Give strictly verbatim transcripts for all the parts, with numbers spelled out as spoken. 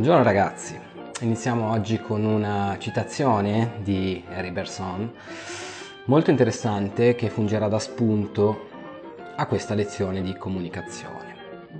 Buongiorno ragazzi, iniziamo oggi con una citazione di Harry Bergson molto interessante che fungerà da spunto a questa lezione di comunicazione.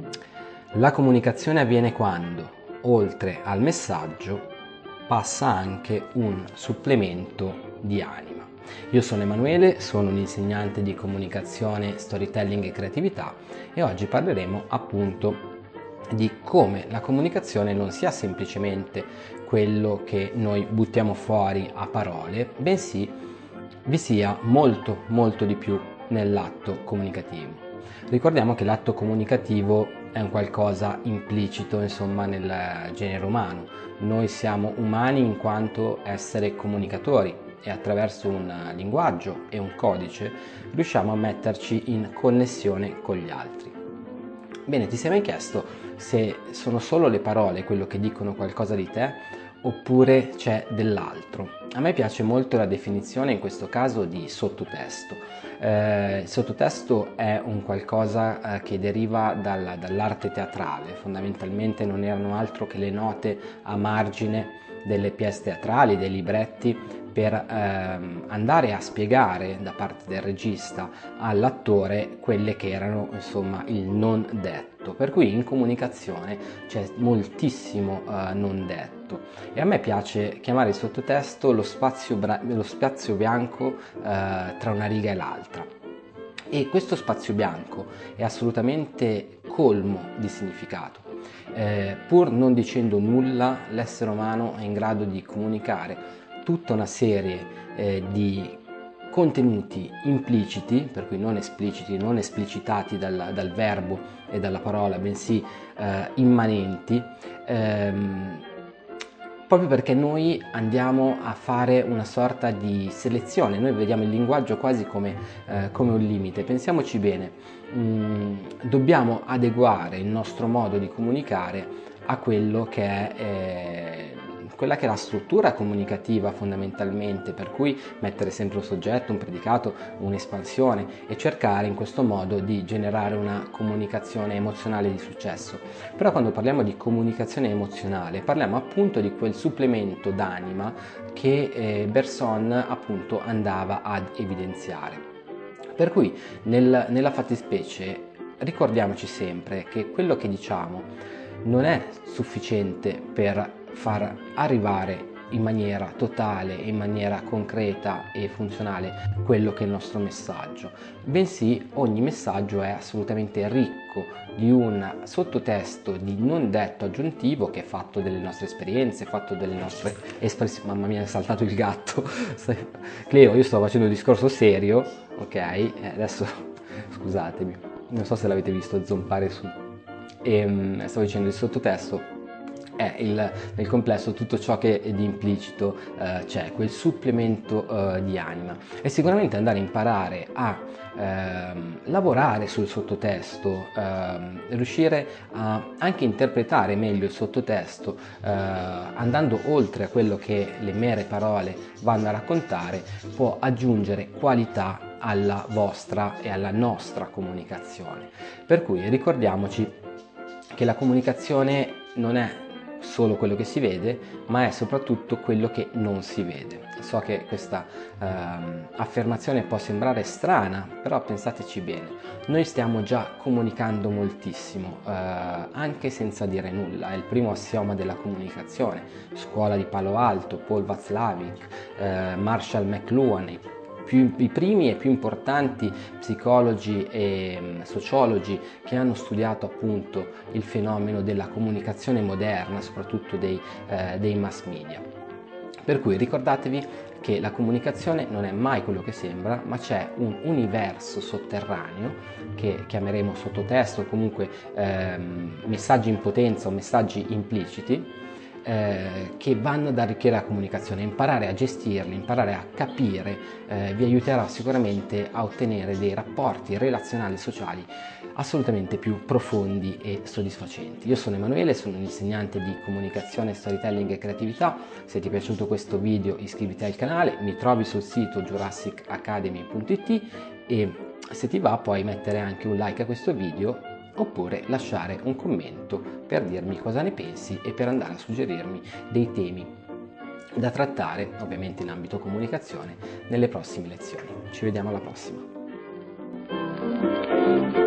La comunicazione avviene quando, oltre al messaggio, passa anche un supplemento di anima. Io sono Emanuele, sono un insegnante di comunicazione, storytelling e creatività e oggi parleremo appunto di come la comunicazione non sia semplicemente quello che noi buttiamo fuori a parole, bensì vi sia molto molto di più nell'atto comunicativo. Ricordiamo che l'atto comunicativo è un qualcosa implicito, insomma, nel genere umano. Noi siamo umani in quanto esseri comunicatori e attraverso un linguaggio e un codice riusciamo a metterci in connessione con gli altri. Bene, ti sei mai chiesto se sono solo le parole quello che dicono qualcosa di te oppure c'è dell'altro? A me piace molto la definizione in questo caso di sottotesto. Eh, il sottotesto è un qualcosa eh, che deriva dalla, dall'arte teatrale, fondamentalmente non erano altro che le note a margine delle pièce teatrali, dei libretti, per ehm, andare a spiegare da parte del regista all'attore quelle che erano insomma il non detto, per cui in comunicazione c'è moltissimo eh, non detto e a me piace chiamare il sottotesto lo spazio, bra- lo spazio bianco eh, tra una riga e l'altra. E questo spazio bianco è assolutamente colmo di significato. Eh, pur non dicendo nulla, l'essere umano è in grado di comunicare tutta una serie eh, di contenuti impliciti, per cui non espliciti, non esplicitati dal, dal verbo e dalla parola, bensì eh, immanenti, ehm, proprio perché noi andiamo a fare una sorta di selezione. Noi vediamo il linguaggio quasi come, eh, come un limite. Pensiamoci bene, mm, dobbiamo adeguare il nostro modo di comunicare a quello che è eh, quella che è la struttura comunicativa fondamentalmente, per cui mettere sempre un soggetto, un predicato, un'espansione e cercare in questo modo di generare una comunicazione emozionale di successo. Però quando parliamo di comunicazione emozionale parliamo appunto di quel supplemento d'anima che eh, Bergson appunto andava ad evidenziare. Per cui nel, nella fattispecie ricordiamoci sempre che quello che diciamo non è sufficiente per far arrivare in maniera totale, in maniera concreta e funzionale quello che è il nostro messaggio, bensì ogni messaggio è assolutamente ricco di un sottotesto di non detto aggiuntivo che è fatto delle nostre esperienze, fatto delle nostre espressioni. Mamma mia, è saltato il gatto. Cleo, io sto facendo un discorso serio, ok? E adesso scusatemi, non so se l'avete visto zompare su. E stavo dicendo il sottotesto è il, nel complesso tutto ciò che di implicito eh, c'è, quel supplemento eh, di anima, e sicuramente andare a imparare a ehm, lavorare sul sottotesto, ehm, riuscire a anche interpretare meglio il sottotesto eh, andando oltre a quello che le mere parole vanno a raccontare, può aggiungere qualità alla vostra e alla nostra comunicazione. Per cui ricordiamoci che la comunicazione non è solo quello che si vede, ma è soprattutto quello che non si vede. So che questa ehm, affermazione può sembrare strana, però pensateci bene, noi stiamo già comunicando moltissimo, eh, anche senza dire nulla. È il primo assioma della comunicazione. Scuola di Palo Alto, Paul Václavic, eh, Marshall McLuhan, Più, i primi e più importanti psicologi e sociologi che hanno studiato appunto il fenomeno della comunicazione moderna, soprattutto dei, eh, dei mass media. Per cui ricordatevi che la comunicazione non è mai quello che sembra, ma c'è un universo sotterraneo che chiameremo sottotesto o comunque ehm, messaggi in potenza o messaggi impliciti, Eh, che vanno ad arricchire la comunicazione. Imparare a gestirli, imparare a capire eh, vi aiuterà sicuramente a ottenere dei rapporti relazionali sociali assolutamente più profondi e soddisfacenti. Io sono Emanuele, sono un insegnante di comunicazione, storytelling e creatività. Se ti è piaciuto questo video iscriviti al canale, mi trovi sul sito jurassic academy punto it e se ti va puoi mettere anche un like a questo video oppure lasciare un commento per dirmi cosa ne pensi e per andare a suggerirmi dei temi da trattare, ovviamente in ambito comunicazione, nelle prossime lezioni. Ci vediamo alla prossima.